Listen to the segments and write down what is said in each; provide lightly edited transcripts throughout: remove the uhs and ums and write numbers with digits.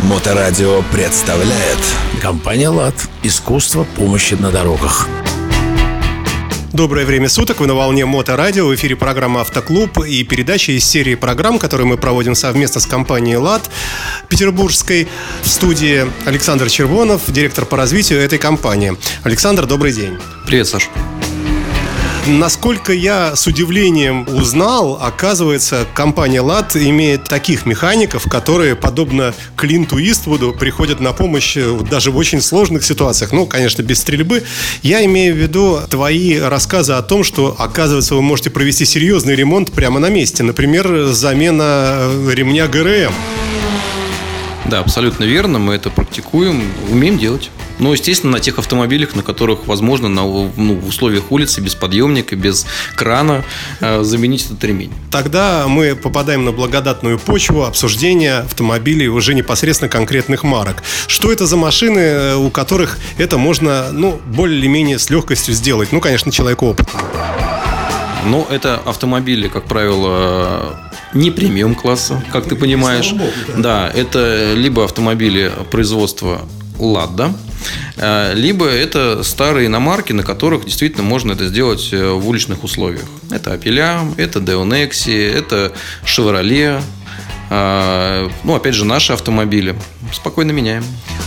Моторадио представляет компания «ЛАД». Искусство помощи на дорогах. Доброе время суток, вы на волне Моторадио, в эфире программа «Автоклуб» и передача из серии программ, которые мы проводим совместно с компанией «ЛАД» петербургской. В студии Александр Червонов, директор по развитию этой компании. Александр, добрый день. Привет, Саш. Насколько я с удивлением узнал, оказывается, компания «ЛАД» имеет таких механиков, которые, подобно Клинту Иствуду, приходят на помощь даже в очень сложных ситуациях. Ну, конечно, без стрельбы. Я имею в виду твои рассказы о том, что, оказывается, вы можете провести серьезный ремонт прямо на месте. Например, замена ремня ГРМ. Да, абсолютно верно, мы это практикуем, умеем делать. Но, естественно, на тех автомобилях, на которых возможно в условиях улицы, без подъемника, без крана заменить этот ремень. Тогда мы попадаем на благодатную почву обсуждения автомобилей уже непосредственно конкретных марок. Что это за машины, у которых это можно, более-менее с легкостью сделать? Ну, конечно, человеку опытному. Но это автомобили, как правило, не премиум класса, как ты понимаешь. Да, это либо автомобили производства «Лада», либо это старые иномарки, на которых действительно можно это сделать в уличных условиях. Это «Опеля», это «Деонекси», это «Шевроле». Опять же, наши автомобили. Спокойно меняем.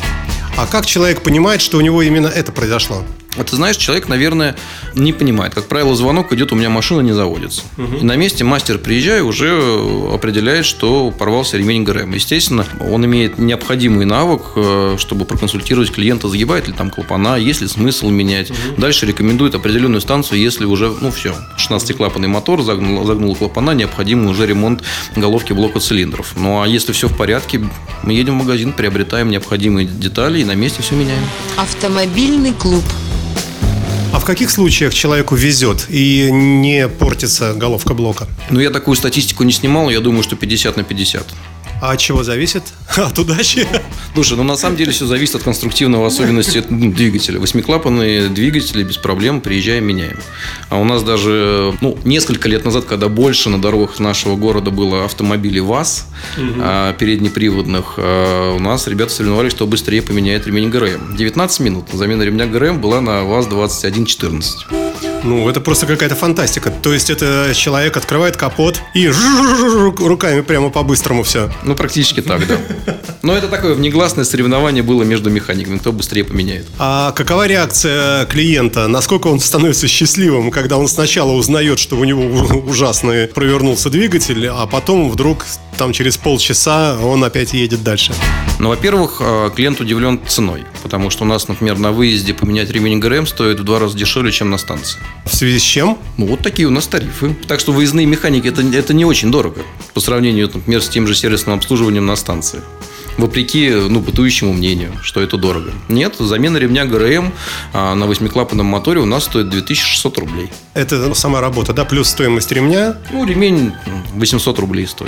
А как человек понимает, что у него именно это произошло? Ты знаешь, человек, наверное, не понимает. Как правило, звонок идет, у меня машина не заводится. И на месте мастер, приезжая, уже определяет, что порвался ремень ГРМ. Естественно, он имеет необходимый навык, чтобы проконсультировать клиента, загибает ли там клапана, есть ли смысл менять. Дальше рекомендует определенную станцию, если уже, все, 16-клапанный мотор, загнул клапана, необходимый уже ремонт головки блока цилиндров. А если все в порядке, мы едем в магазин, приобретаем необходимые детали и на месте все меняем. Автомобильный клуб. А в каких случаях человеку везет и не портится головка блока? Я такую статистику не снимал, я думаю, что 50 на 50. А от чего зависит? От удачи? Слушай, на самом деле все зависит от конструктивного особенности двигателя. Восьмиклапанные двигатели без проблем приезжаем, меняем. А у нас даже несколько лет назад, когда больше на дорогах нашего города было автомобилей ВАЗ, переднеприводных, у нас ребята соревновались, кто быстрее поменяет ремень ГРМ. 19 минут. Замена ремня ГРМ была на ВАЗ-2114. Это просто какая-то фантастика. То есть это человек открывает капот и руками прямо по-быстрому все. Практически так, да. Но это такое внегласное соревнование было между механиками, кто быстрее поменяет. А какова реакция клиента? Насколько он становится счастливым, когда он сначала узнает, что у него ужасно провернулся двигатель, а потом вдруг через полчаса он опять едет дальше? Во-первых, клиент удивлен ценой, потому что у нас, например, на выезде поменять ремень ГРМ стоит в 2 раза дешевле, чем на станции. В связи с чем? Такие у нас тарифы. Так что выездные механики это не очень дорого по сравнению, например, с тем же сервисным обслуживанием на станции. Вопреки бытующему мнению, что это дорого. Нет, замена ремня ГРМ на восьмиклапанном моторе у нас стоит 2600 рублей. Это сама работа, да? Плюс стоимость ремня? Ремень 800 рублей стоит.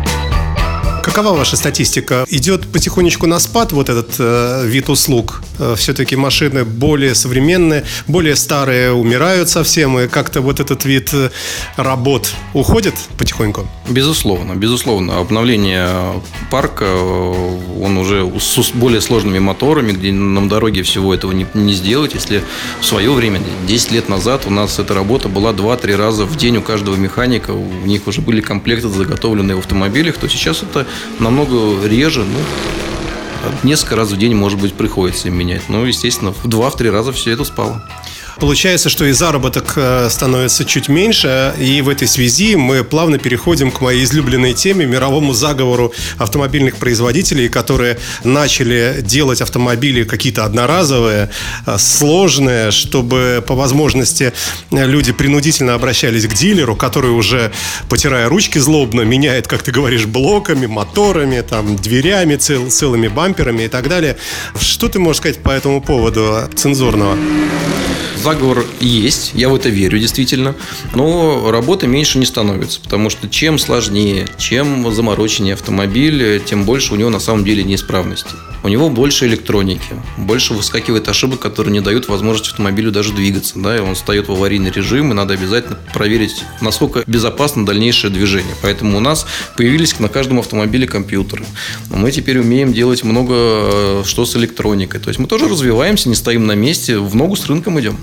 Какова ваша статистика? Идет потихонечку на спад этот вид услуг? Все-таки машины более современные, более старые умирают совсем, и как-то этот вид работ уходит потихоньку? Безусловно. Обновление парка, он уже с более сложными моторами, где на дороге всего этого не сделать. Если в свое время, 10 лет назад, у нас эта работа была 2-3 раза в день у каждого механика, у них уже были комплекты, заготовленные в автомобилях, то сейчас это намного реже, несколько раз в день, может быть, приходится им менять. Естественно, в 2-3 раза все это спало. Получается, что и заработок становится чуть меньше, и в этой связи мы плавно переходим к моей излюбленной теме, мировому заговору автомобильных производителей, которые начали делать автомобили какие-то одноразовые, сложные, чтобы по возможности люди принудительно обращались к дилеру, который уже, потирая ручки злобно, меняет, как ты говоришь, блоками, моторами, дверями, целыми бамперами и так далее. Что ты можешь сказать по этому поводу цензурного? Заговор есть, я в это верю действительно, но работы меньше не становится, потому что чем сложнее, чем замороченнее автомобиль, тем больше у него на самом деле неисправностей. у него больше электроники, больше выскакивает ошибок, которые не дают возможности автомобилю даже двигаться. Да, и он встает в аварийный режим, и надо обязательно проверить, насколько безопасно дальнейшее движение. Поэтому у нас появились на каждом автомобиле компьютеры. Мы теперь умеем делать много что с электроникой. То есть мы тоже развиваемся, не стоим на месте, в ногу с рынком идем.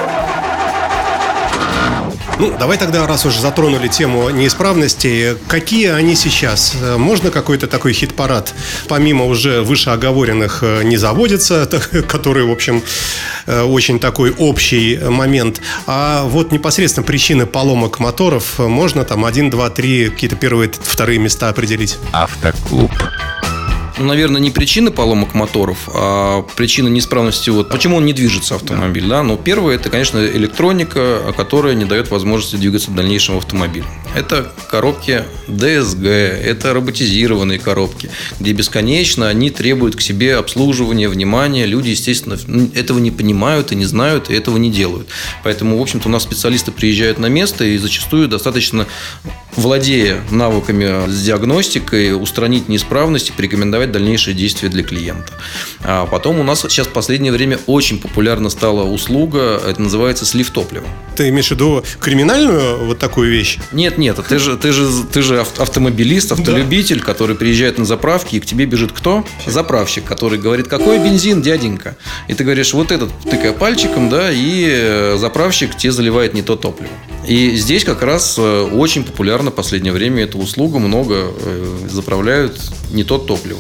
Ну, давай тогда, раз уже затронули тему неисправностей, какие они сейчас? Можно какой-то такой хит-парад, помимо уже вышеоговоренных, не заводится, который, в общем, очень такой общий момент, а вот непосредственно причины поломок моторов можно там 1, 2, 3, какие-то первые, вторые места определить? Автоклуб. Наверное, не причины поломок моторов, а причины неисправности. Вот почему он не движется, автомобиль. Да? Но первое, это, конечно, электроника, которая не дает возможности двигаться в дальнейшем автомобилю. Это коробки DSG, это роботизированные коробки, где бесконечно они требуют к себе обслуживания, внимания. Люди, естественно, этого не понимают и не знают, и этого не делают. Поэтому, в общем-то, у нас специалисты приезжают на место и зачастую достаточно, владея навыками с диагностикой, устранить неисправности, порекомендовать дальнейшие действия для клиента. А потом у нас сейчас в последнее время очень популярна стала услуга, это называется слив топлива. Ты имеешь в виду криминальную вот такую вещь? Нет, ты же автомобилист, автолюбитель, который приезжает на заправки, и к тебе бежит кто? Заправщик, который говорит: какой бензин, дяденька? И ты говоришь: вот этот, тыкая пальчиком, да, и заправщик тебе заливает не то топливо. И здесь как раз очень популярна в последнее время эта услуга, много заправляют не то топливо.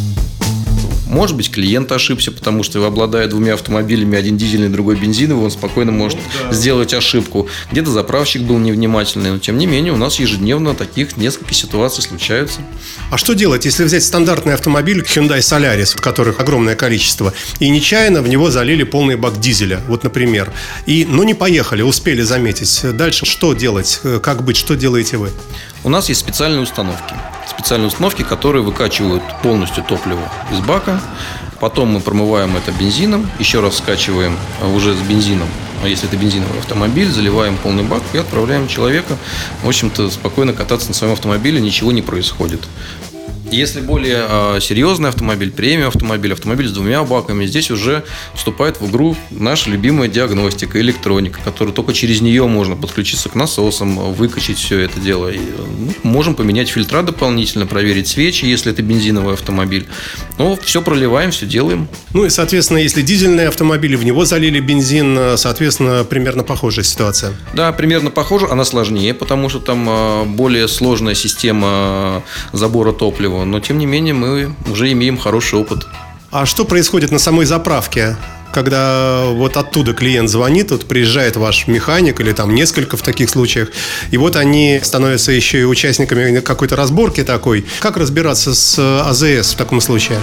Может быть, клиент ошибся, потому что, обладая двумя автомобилями, один дизельный, другой бензиновый, он спокойно может сделать ошибку. Где-то заправщик был невнимательный, но тем не менее у нас ежедневно таких несколько ситуаций случаются. А что делать, если взять стандартный автомобиль Hyundai Solaris, которых огромное количество, и нечаянно в него залили полный бак дизеля, вот, например, но не поехали, успели заметить. Дальше что делать, как быть, что делаете вы? У нас есть специальные установки, которые выкачивают полностью топливо из бака. Потом мы промываем это бензином, еще раз скачиваем уже с бензином, а если это бензиновый автомобиль, заливаем полный бак и отправляем человека, в общем-то, спокойно кататься на своем автомобиле, ничего не происходит. Если более серьезный автомобиль, премиум автомобиль с двумя баками, здесь уже вступает в игру наша любимая диагностика, электроника, которая только через нее можно подключиться к насосам, выкачать все это дело. И, можем поменять фильтра дополнительно, проверить свечи, если это бензиновый автомобиль. Но все проливаем, все делаем. Ну и, соответственно, если дизельный автомобиль, в него залили бензин, соответственно, примерно похожая ситуация. Да, примерно похоже, она сложнее, потому что там более сложная система забора топлива. Но, тем не менее, мы уже имеем хороший опыт. А что происходит на самой заправке? Когда вот оттуда клиент звонит, вот приезжает ваш механик или там несколько в таких случаях, и вот они становятся еще и участниками какой-то разборки такой. Как разбираться с АЗС в таком случае?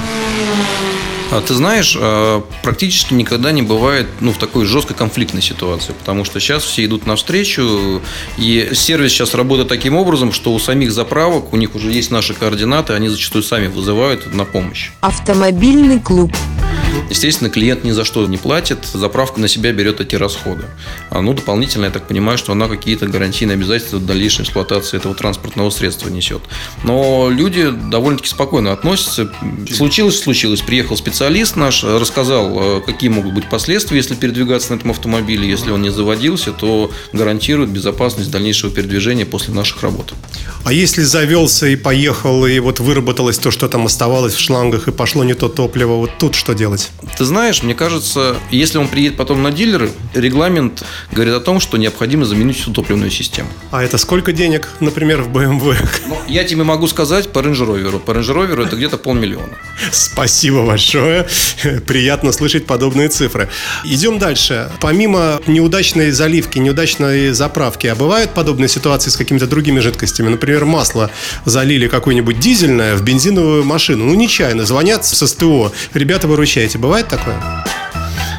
Ты знаешь, практически никогда не бывает в такой жесткой конфликтной ситуации, потому что сейчас все идут навстречу, и сервис сейчас работает таким образом, что у самих заправок, у них уже есть наши координаты, они зачастую сами вызывают на помощь. Автомобильный клуб. Естественно, клиент ни за что не платит, заправка на себя берет эти расходы. Дополнительно, я так понимаю, что она какие-то гарантийные обязательства в дальнейшей эксплуатации этого транспортного средства несет. Но люди довольно-таки спокойно относятся. Случилось. Приехал специалист наш, рассказал, какие могут быть последствия, если передвигаться на этом автомобиле. Если он не заводился, то гарантирует безопасность дальнейшего передвижения после наших работ. А если завелся и поехал, и вот выработалось то, что там оставалось в шлангах, и пошло не то топливо, вот тут что делать? Ты знаешь, мне кажется, если он приедет потом на дилеры, регламент говорит о том, что необходимо заменить всю топливную систему. А это сколько денег, например, в BMW? Я тебе могу сказать по Range Rover. По Range Rover это где-то 500 000. Спасибо большое. Приятно слышать подобные цифры. Идем дальше. Помимо неудачной заливки, неудачной заправки, а бывают подобные ситуации с какими-то другими жидкостями? Например, масло залили какое-нибудь дизельное в бензиновую машину. Нечаянно звонят с СТО. Ребята, выручайте. Бывает такое?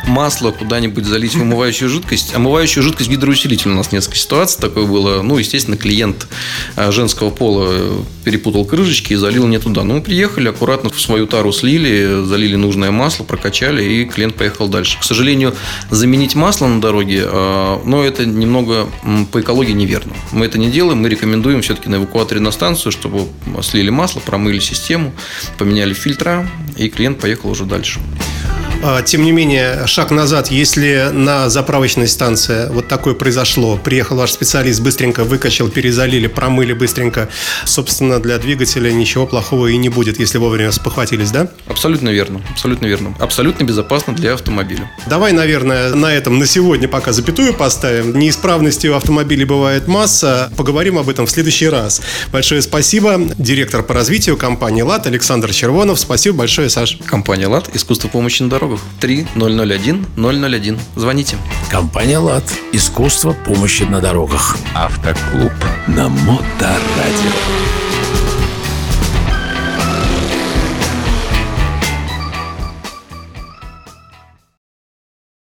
масло куда-нибудь залить в омывающую жидкость. Омывающую жидкость гидроусилитель у нас несколько ситуаций такое было. Ну, естественно, клиент женского пола перепутал крышечки и залил не туда. Ну, мы приехали, аккуратно в свою тару слили, залили нужное масло, прокачали, и клиент поехал дальше. К сожалению, заменить масло на дороге, но это немного по экологии неверно. Мы это не делаем, мы рекомендуем все-таки на эвакуаторе на станцию, чтобы слили масло, промыли систему, поменяли фильтра, и клиент поехал уже дальше. Тем не менее, шаг назад, если на заправочной станции вот такое произошло, приехал ваш специалист, быстренько выкачал, перезалили, промыли быстренько, собственно, для двигателя ничего плохого и не будет, если вовремя спохватились, да? Абсолютно верно, абсолютно верно. Абсолютно безопасно для автомобиля. Давай, наверное, на этом на сегодня пока запятую поставим. Неисправностей у автомобилей бывает масса. Поговорим об этом в следующий раз. Большое спасибо. Директор по развитию компании «ЛАД» Александр Червонов. Спасибо большое, Саш. Компания «ЛАД», искусство помощи на дорогах. 3001-001. Звоните. Компания «ЛАД». Искусство помощи на дорогах. Автоклуб на Моторадио.